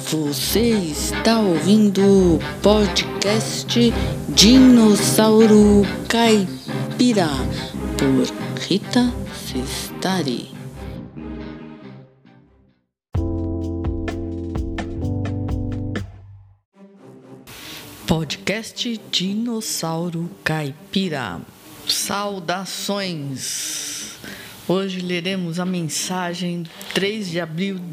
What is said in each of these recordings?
Você está ouvindo o podcast Dinossauro Caipira, por Rita Sestari. Podcast Dinossauro Caipira. Saudações! Hoje leremos a mensagem 3 de abril de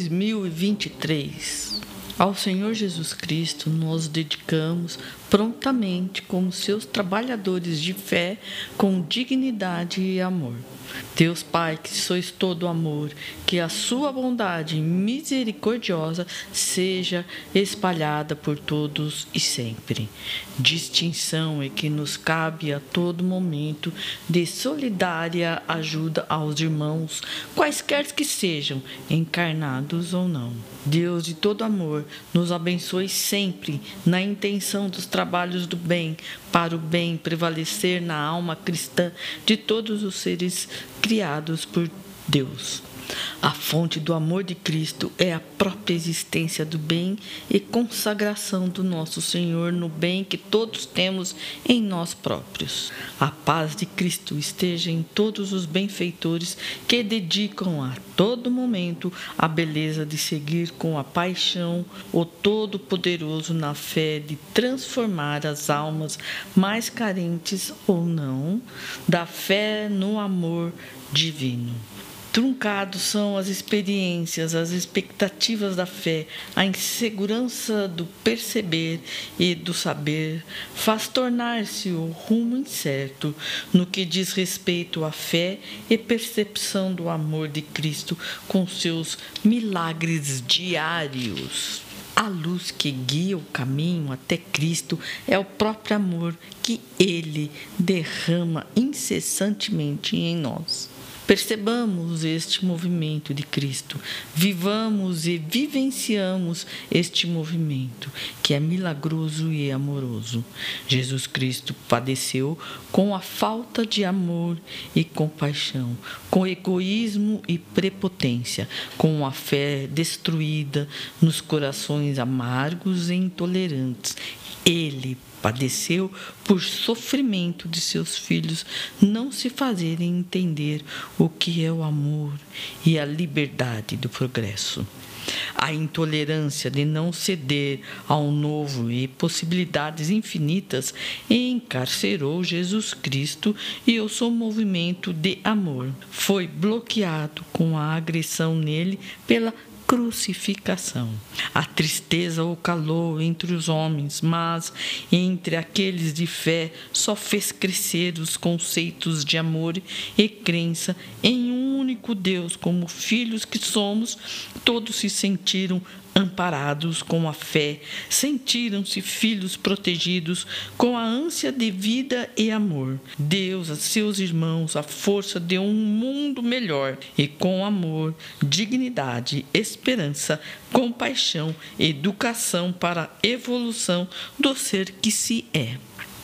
2023. Ao Senhor Jesus Cristo nos dedicamos prontamente como seus trabalhadores de fé, com dignidade e amor. Deus Pai, que sois todo amor, que a sua bondade misericordiosa seja espalhada por todos e sempre. Distinção é que nos cabe a todo momento de solidária ajuda aos irmãos, quaisquer que sejam, encarnados ou não. Deus de todo amor, nos abençoe sempre na intenção dos trabalhos do bem, para o bem prevalecer na alma cristã de todos os seres criados por Deus. A fonte do amor de Cristo é a própria existência do bem e consagração do nosso Senhor no bem que todos temos em nós próprios. A paz de Cristo esteja em todos os benfeitores que dedicam a todo momento a beleza de seguir com a paixão o Todo-Poderoso na fé de transformar as almas mais carentes ou não da fé no amor divino. Truncados são as experiências, as expectativas da fé, a insegurança do perceber e do saber faz tornar-se o rumo incerto no que diz respeito à fé e percepção do amor de Cristo com seus milagres diários. A luz que guia o caminho até Cristo é o próprio amor que Ele derrama incessantemente em nós. Percebamos este movimento de Cristo, vivamos e vivenciamos este movimento, que é milagroso e amoroso. Jesus Cristo padeceu com a falta de amor e compaixão, com egoísmo e prepotência, com a fé destruída nos corações amargos e intolerantes. Ele padeceu por sofrimento de seus filhos não se fazerem entender o que é o amor e a liberdade do progresso. A intolerância de não ceder ao novo e possibilidades infinitas encarcerou Jesus Cristo e o seu movimento de amor foi bloqueado com a agressão nele pela crucificação. A tristeza o calou entre os homens, mas entre aqueles de fé só fez crescer os conceitos de amor e crença em um único Deus. Como filhos que somos, todos se sentiram amparados com a fé, sentiram-se filhos protegidos com a ânsia de vida e amor. Deus a seus irmãos a força de um mundo melhor e com amor, dignidade, esperança, compaixão, educação para a evolução do ser que se é.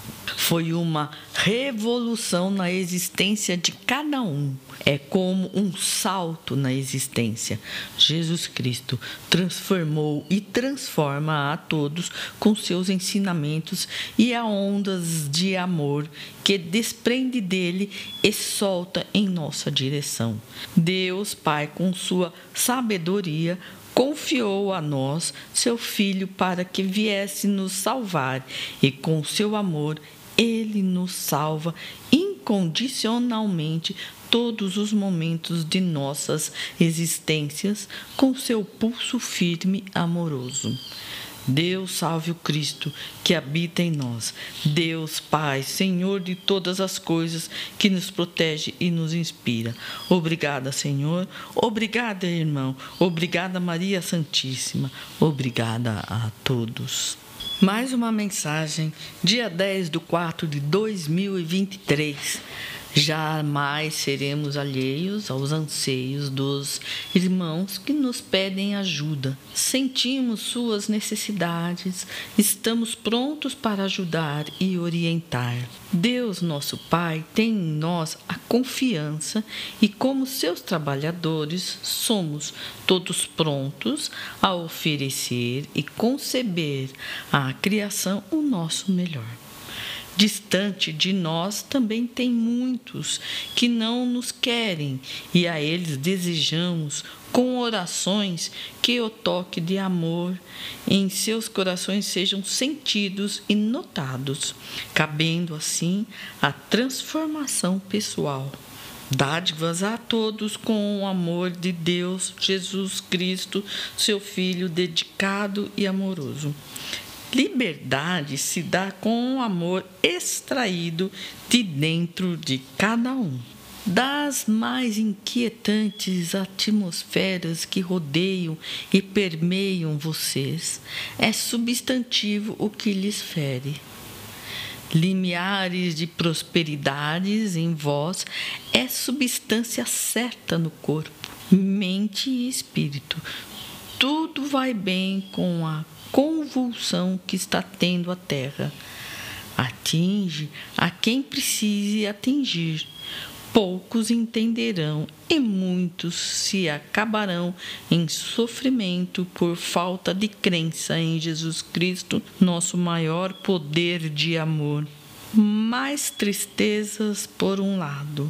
Foi uma revolução na existência de cada um. É como um salto na existência. Jesus Cristo transformou e transforma a todos com seus ensinamentos e a ondas de amor que desprende dele e solta em nossa direção. Deus Pai, com sua sabedoria, confiou a nós seu Filho para que viesse nos salvar e com seu amor Ele nos salva incondicionalmente todos os momentos de nossas existências com seu pulso firme e amoroso. Deus salve o Cristo que habita em nós. Deus Pai, Senhor de todas as coisas, que nos protege e nos inspira. Obrigada, Senhor. Obrigada, irmão. Obrigada, Maria Santíssima. Obrigada a todos. Mais uma mensagem, dia 10/4/2023. Jamais seremos alheios aos anseios dos irmãos que nos pedem ajuda. Sentimos suas necessidades, estamos prontos para ajudar e orientar. Deus, nosso Pai, tem em nós a confiança e, como seus trabalhadores, somos todos prontos a oferecer e conceber à criação o nosso melhor. Distante de nós também tem muitos que não nos querem e a eles desejamos, com orações, que o toque de amor em seus corações sejam sentidos e notados, cabendo assim a transformação pessoal. Dádivas a todos com o amor de Deus, Jesus Cristo, seu Filho dedicado e amoroso. Liberdade se dá com o amor extraído de dentro de cada um. Das mais inquietantes atmosferas que rodeiam e permeiam vocês, é substantivo o que lhes fere. Limiares de prosperidades em vós é substância certa no corpo, mente e espírito. Tudo vai bem com a convulsão que está tendo a terra. Atinge a quem precise atingir. Poucos entenderão e muitos se acabarão em sofrimento por falta de crença em Jesus Cristo, nosso maior poder de amor. Mais tristezas por um lado,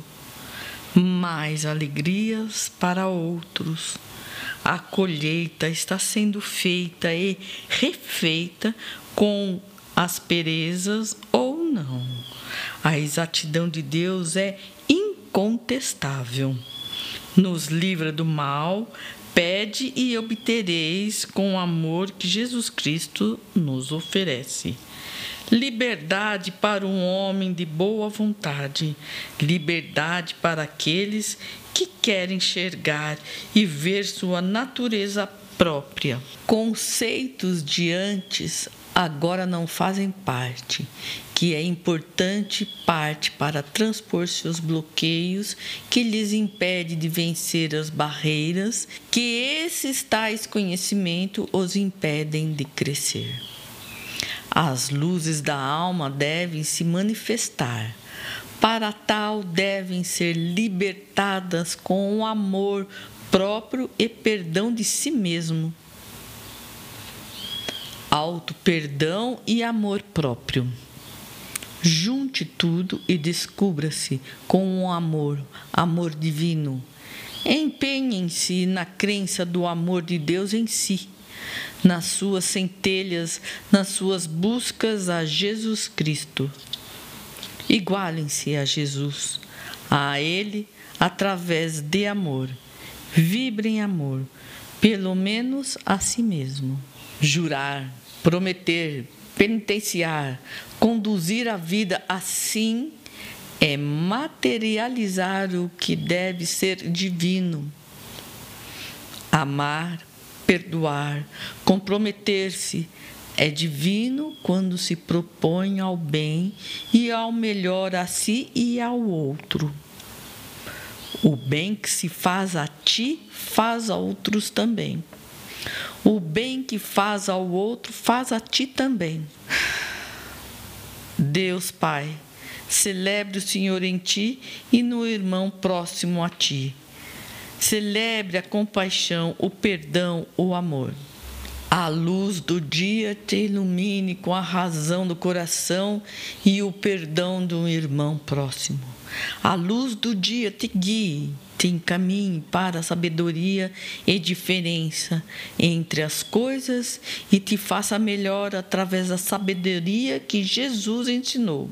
mais alegrias para outros. A colheita está sendo feita e refeita com asperezas ou não. A exatidão de Deus é incontestável. Nos livra do mal, pede e obtereis com o amor que Jesus Cristo nos oferece. Liberdade para um homem de boa vontade, liberdade para aqueles que querem enxergar e ver sua natureza própria. Conceitos de antes agora não fazem parte, que é importante parte para transpor seus bloqueios que lhes impede de vencer as barreiras que esses tais conhecimentos os impedem de crescer. As luzes da alma devem se manifestar. Para tal, devem ser libertadas com o amor próprio e perdão de si mesmo. Auto-perdão e amor próprio. Junte tudo e descubra-se com o amor divino. Empenhem-se na crença do amor de Deus em si, nas suas centelhas, nas suas buscas a Jesus Cristo. Igualem-se a Jesus, a Ele através de amor. Vibrem amor, pelo menos a si mesmo. Jurar, prometer, penitenciar, conduzir a vida assim é materializar o que deve ser divino. Amar, perdoar, comprometer-se é divino quando se propõe ao bem e ao melhor a si e ao outro. O bem que se faz a ti, faz a outros também. O bem que faz ao outro, faz a ti também. Deus Pai, celebre o Senhor em ti e no irmão próximo a ti. Celebre a compaixão, o perdão, o amor. A luz do dia te ilumine com a razão do coração e o perdão do irmão próximo. A luz do dia te guie, te encaminhe para a sabedoria e diferença entre as coisas e te faça melhor através da sabedoria que Jesus ensinou.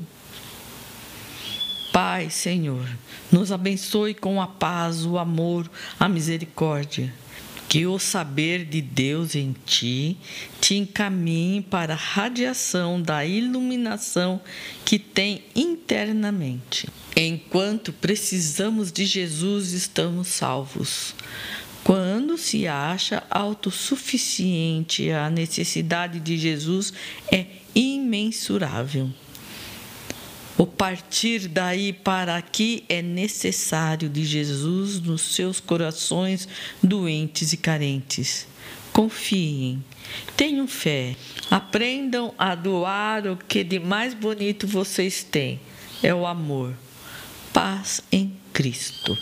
Pai, Senhor, nos abençoe com a paz, o amor, a misericórdia. Que o saber de Deus em ti te encaminhe para a radiação da iluminação que tem internamente. Enquanto precisamos de Jesus, estamos salvos. Quando se acha autossuficiente, a necessidade de Jesus é imensurável. O partir daí para aqui é necessário de Jesus nos seus corações doentes e carentes. Confiem, tenham fé, aprendam a doar o que de mais bonito vocês têm, é o amor. Paz em Cristo.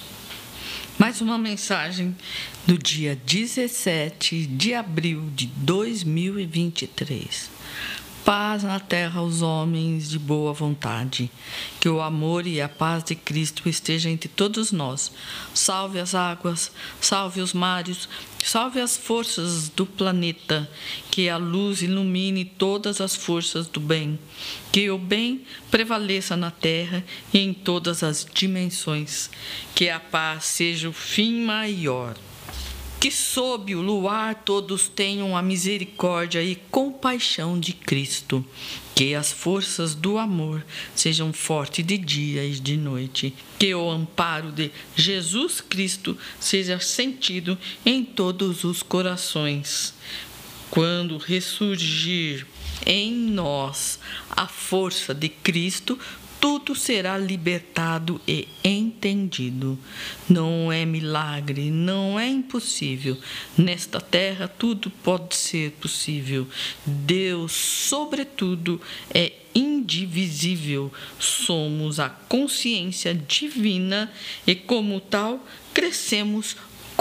Mais uma mensagem do dia 17 de abril de 2023. Paz na terra aos homens de boa vontade. Que o amor e a paz de Cristo estejam entre todos nós. Salve as águas, salve os mares, salve as forças do planeta. Que a luz ilumine todas as forças do bem. Que o bem prevaleça na terra e em todas as dimensões. Que a paz seja o fim maior. Que sob o luar todos tenham a misericórdia e compaixão de Cristo. Que as forças do amor sejam fortes de dia e de noite. Que o amparo de Jesus Cristo seja sentido em todos os corações. Quando ressurgir em nós a força de Cristo, tudo será libertado e entendido. Não é milagre, não é impossível. Nesta terra tudo pode ser possível. Deus, sobretudo, é indivisível. Somos a consciência divina e, como tal, crescemos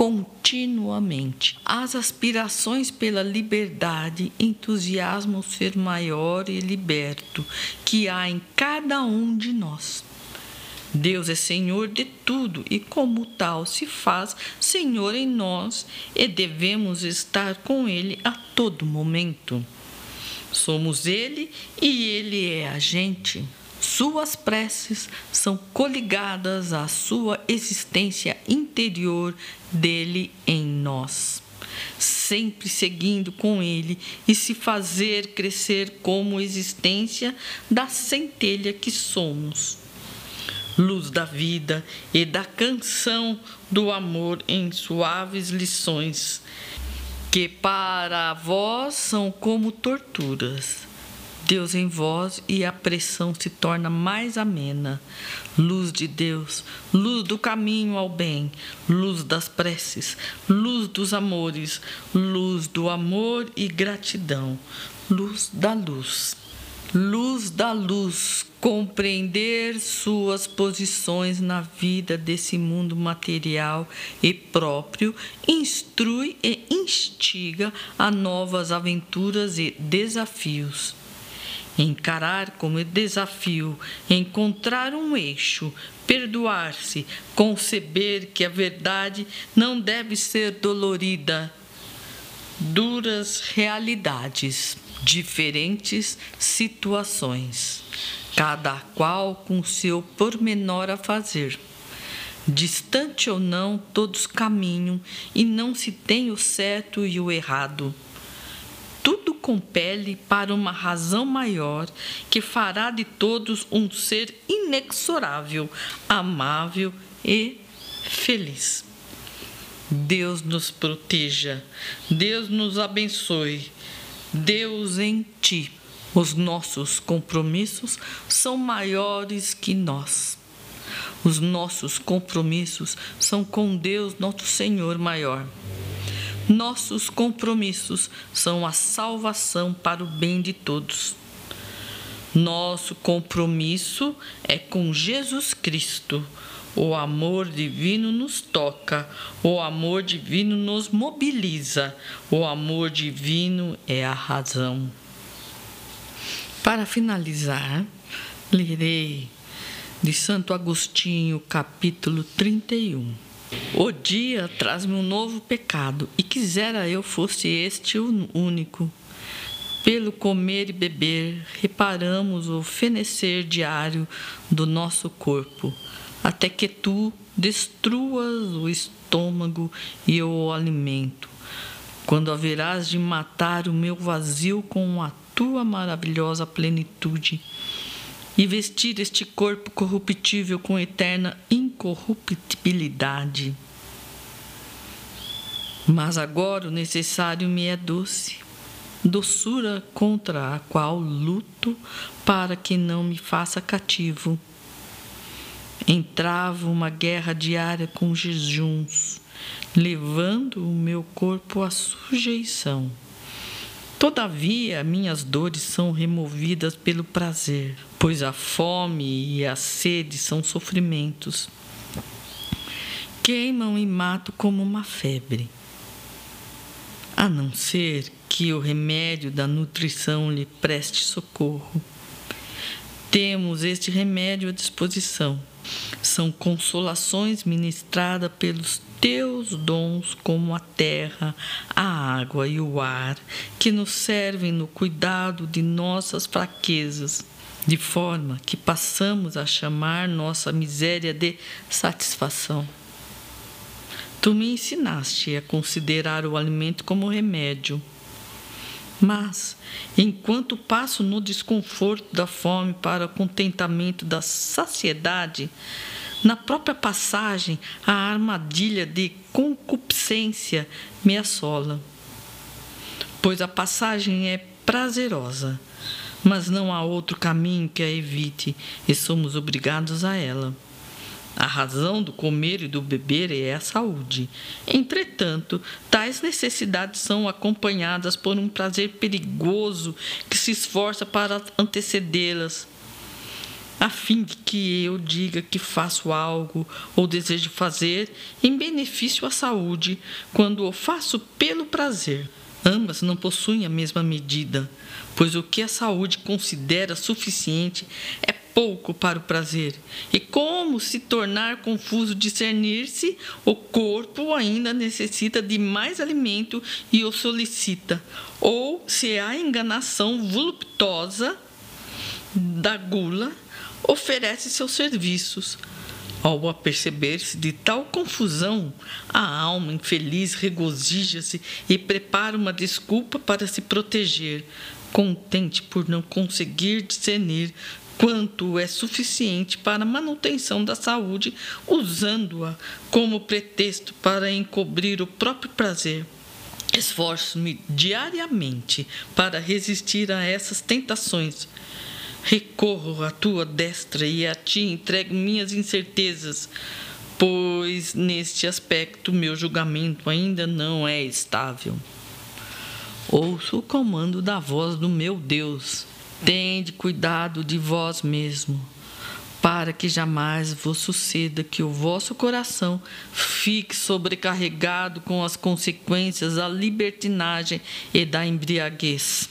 continuamente. As aspirações pela liberdade entusiasmam o ser maior e liberto que há em cada um de nós. Deus é Senhor de tudo e, como tal, se faz Senhor em nós e devemos estar com Ele a todo momento. Somos Ele e Ele é a gente. Suas preces são coligadas à sua existência interior dele em nós, sempre seguindo com ele e se fazer crescer como existência da centelha que somos. Luz da vida e da canção do amor em suaves lições, que para vós são como torturas. Deus em vós e a pressão se torna mais amena. Luz de Deus, luz do caminho ao bem, luz das preces, luz dos amores, luz do amor e gratidão, luz da luz. Luz da luz, compreender suas posições na vida desse mundo material e próprio, instrui e instiga a novas aventuras e desafios. Encarar como desafio, encontrar um eixo, perdoar-se, conceber que a verdade não deve ser dolorida. Duras realidades, diferentes situações, cada qual com seu pormenor a fazer. Distante ou não, todos caminham e não se tem o certo e o errado. Tudo compele para uma razão maior que fará de todos um ser inexorável, amável e feliz. Deus nos proteja, Deus nos abençoe, Deus em ti. Os nossos compromissos são maiores que nós. Os nossos compromissos são com Deus, nosso Senhor maior. Nossos compromissos são a salvação para o bem de todos. Nosso compromisso é com Jesus Cristo. O amor divino nos toca, o amor divino nos mobiliza, o amor divino é a razão. Para finalizar, lerei de Santo Agostinho, capítulo 31. O dia traz-me um novo pecado, e quisera eu fosse este o único. Pelo comer e beber, reparamos o fenecer diário do nosso corpo, até que tu destruas o estômago e o alimento, quando haverás de matar o meu vazio com a tua maravilhosa plenitude, e vestir este corpo corruptível com eterna incorruptibilidade. Mas agora o necessário me é doce. doçura contra a qual luto para que não me faça cativo. Entravo uma guerra diária com jejuns, levando o meu corpo à sujeição. Todavia, minhas dores são removidas pelo prazer, pois a fome e a sede são sofrimentos. Queimam e mato como uma febre. A não ser que o remédio da nutrição lhe preste socorro. Temos este remédio à disposição. São consolações ministradas pelos teus dons, como a terra, a água e o ar, que nos servem no cuidado de nossas fraquezas, de forma que passamos a chamar nossa miséria de satisfação. Tu me ensinaste a considerar o alimento como remédio. Mas, enquanto passo no desconforto da fome para o contentamento da saciedade, na própria passagem a armadilha de concupiscência me assola. Pois a passagem é prazerosa, mas não há outro caminho que a evite e somos obrigados a ela. A razão do comer e do beber é a saúde. Entretanto, tais necessidades são acompanhadas por um prazer perigoso que se esforça para antecedê-las, a fim de que eu diga que faço algo ou desejo fazer em benefício à saúde, quando o faço pelo prazer. Ambas não possuem a mesma medida, pois o que a saúde considera suficiente é pouco para o prazer. E como se tornar confuso discernir-se, o corpo ainda necessita de mais alimento e o solicita. Ou se há enganação voluptuosa da gula, oferece seus serviços. Ao aperceber-se de tal confusão, a alma infeliz regozija-se e prepara uma desculpa para se proteger, contente por não conseguir discernir quanto é suficiente para a manutenção da saúde, usando-a como pretexto para encobrir o próprio prazer. Esforço-me diariamente para resistir a essas tentações. Recorro à tua destra e a ti entrego minhas incertezas, pois neste aspecto meu julgamento ainda não é estável. Ouço o comando da voz do meu Deus. Tende cuidado de vós mesmo, para que jamais vos suceda que o vosso coração fique sobrecarregado com as consequências da libertinagem e da embriaguez.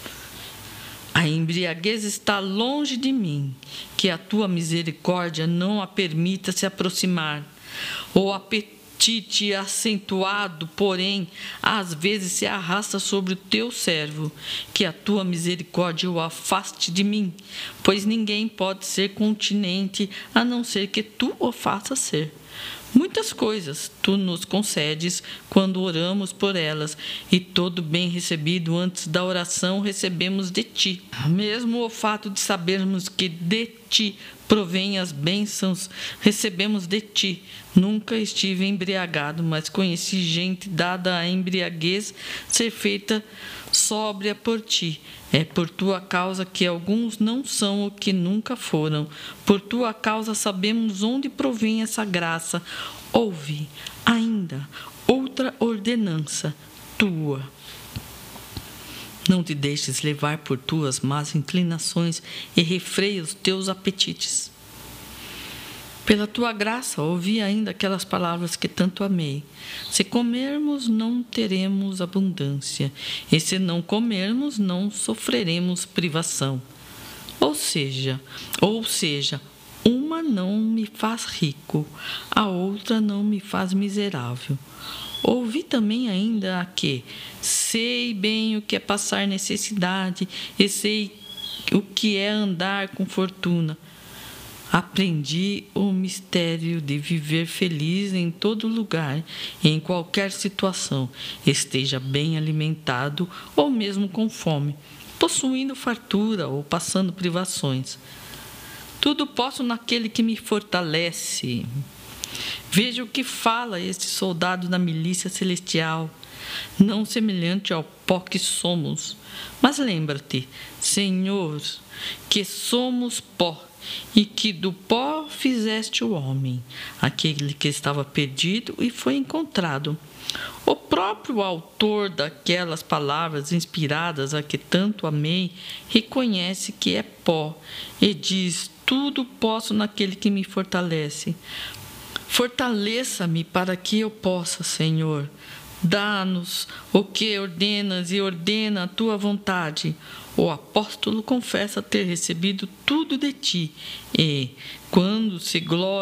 A embriaguez está longe de mim, que a tua misericórdia não a permita se aproximar. O apetite acentuado, porém, às vezes se arrasta sobre o teu servo, que a tua misericórdia o afaste de mim, pois ninguém pode ser continente a não ser que tu o faças ser. Muitas coisas tu nos concedes quando oramos por elas, e todo bem recebido antes da oração recebemos de ti. Mesmo o fato de sabermos que de ti provém as bênçãos, recebemos de ti. Nunca estive embriagado, mas conheci gente dada à embriaguez ser feita sóbria por ti. É por tua causa que alguns não são o que nunca foram. Por tua causa sabemos onde provém essa graça. Ouve ainda outra ordenança tua. Não te deixes levar por tuas más inclinações e refreia os teus apetites. Pela tua graça, ouvi ainda aquelas palavras que tanto amei. Se comermos, não teremos abundância, e se não comermos, não sofreremos privação. Ou seja, uma não me faz rico, a outra não me faz miserável. Ouvi também ainda a que sei bem o que é passar necessidade e sei o que é andar com fortuna. Aprendi o mistério de viver feliz em todo lugar e em qualquer situação, esteja bem alimentado ou mesmo com fome, possuindo fartura ou passando privações. Tudo posso naquele que me fortalece. Veja o que fala este soldado da milícia celestial. não semelhante ao pó que somos. Mas lembra-te, Senhor, que somos pó, e que do pó fizeste o homem, aquele que estava perdido e foi encontrado. O próprio autor daquelas palavras inspiradas a que tanto amei reconhece que é pó e diz: tudo posso naquele que me fortalece. Fortaleça-me para que eu possa, Senhor. Dá-nos o que ordenas e ordena a tua vontade. O apóstolo confessa ter recebido tudo de ti e, quando se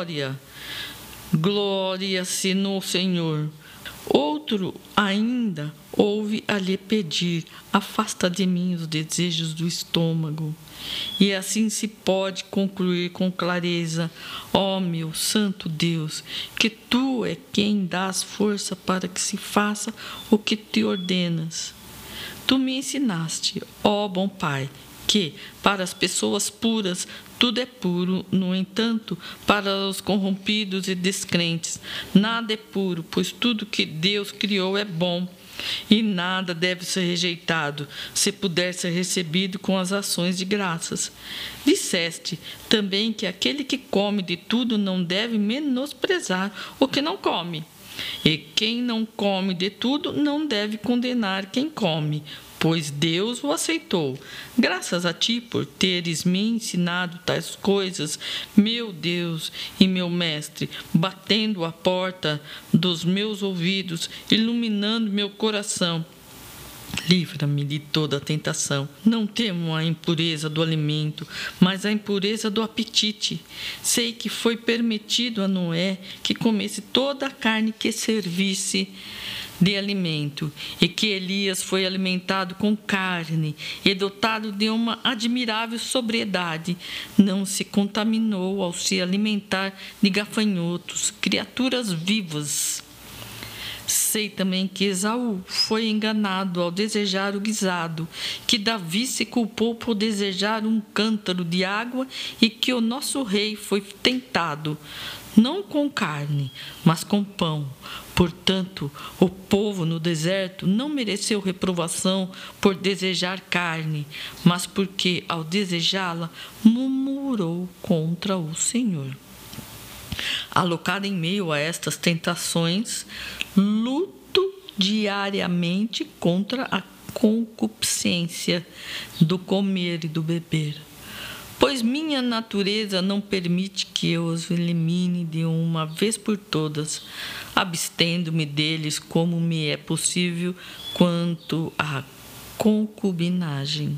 gloria-se no Senhor. Outro ainda ouve a lhe pedir: afasta de mim os desejos do estômago. E assim se pode concluir com clareza: ó meu santo Deus, que tu é quem dás força para que se faça o que te ordenas. Tu me ensinaste, ó bom Pai, que para as pessoas puras tudo é puro, no entanto, para os corrompidos e descrentes nada é puro, pois tudo que Deus criou é bom. E nada deve ser rejeitado, se puder ser recebido com as ações de graças. Disseste também que aquele que come de tudo não deve menosprezar o que não come. E quem não come de tudo não deve condenar quem come, pois Deus o aceitou. Graças a ti por teres me ensinado tais coisas, meu Deus e meu Mestre, batendo a porta dos meus ouvidos, iluminando meu coração. Livra-me de toda tentação. Não temo a impureza do alimento, mas a impureza do apetite. Sei que foi permitido a Noé que comesse toda a carne que servisse de alimento, e que Elias foi alimentado com carne e dotado de uma admirável sobriedade. Não se contaminou ao se alimentar de gafanhotos, criaturas vivas. Sei também que Esaú foi enganado ao desejar o guisado, que Davi se culpou por desejar um cântaro de água e que o nosso rei foi tentado, não com carne, mas com pão. Portanto, o povo no deserto não mereceu reprovação por desejar carne, mas porque, ao desejá-la, murmurou contra o Senhor. Alocado em meio a estas tentações, luto diariamente contra a concupiscência do comer e do beber, pois minha natureza não permite que eu os elimine de uma vez por todas, abstendo-me deles como me é possível quanto à concubinagem.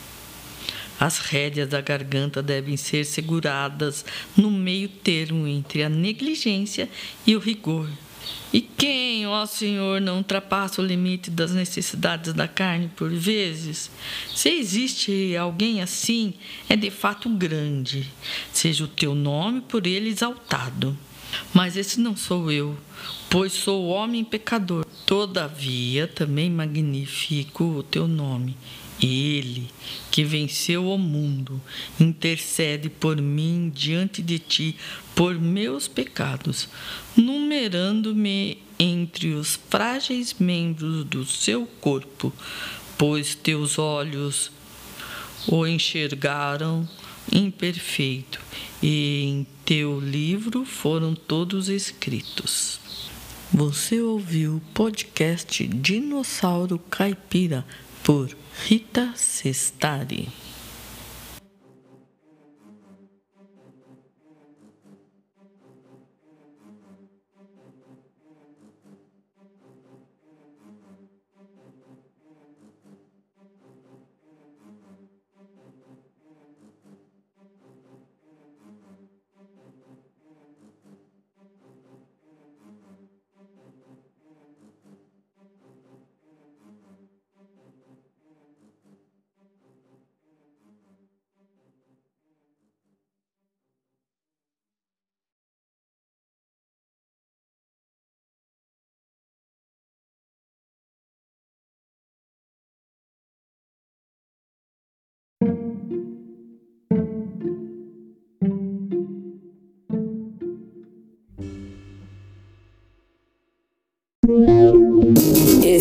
As rédeas da garganta devem ser seguradas no meio termo entre a negligência e o rigor. E quem, ó Senhor, não ultrapassa o limite das necessidades da carne por vezes? Se existe alguém assim, é de fato grande. Seja o teu nome por ele exaltado. Mas esse não sou eu, pois sou homem pecador. Todavia, também magnifico o teu nome. Ele, que venceu o mundo, intercede por mim diante de ti por meus pecados, numerando-me entre os frágeis membros do seu corpo, pois teus olhos o enxergaram imperfeito, e em teu livro foram todos escritos. Você ouviu o podcast Dinossauro Caipira por Rita Sestari.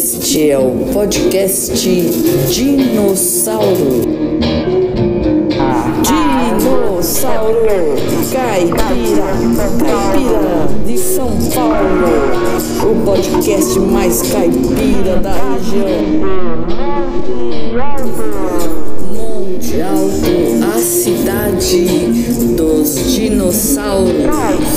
Este é o podcast Dinossauro. Dinossauro, caipira de São Paulo. O podcast mais caipira da região. Monte Alto, a cidade dos dinossauros.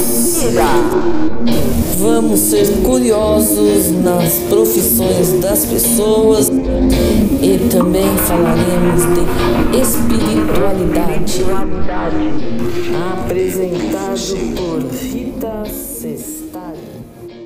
Vamos ser curiosos nas profissões das pessoas e também falaremos de espiritualidade. Apresentado por Rita Sestari.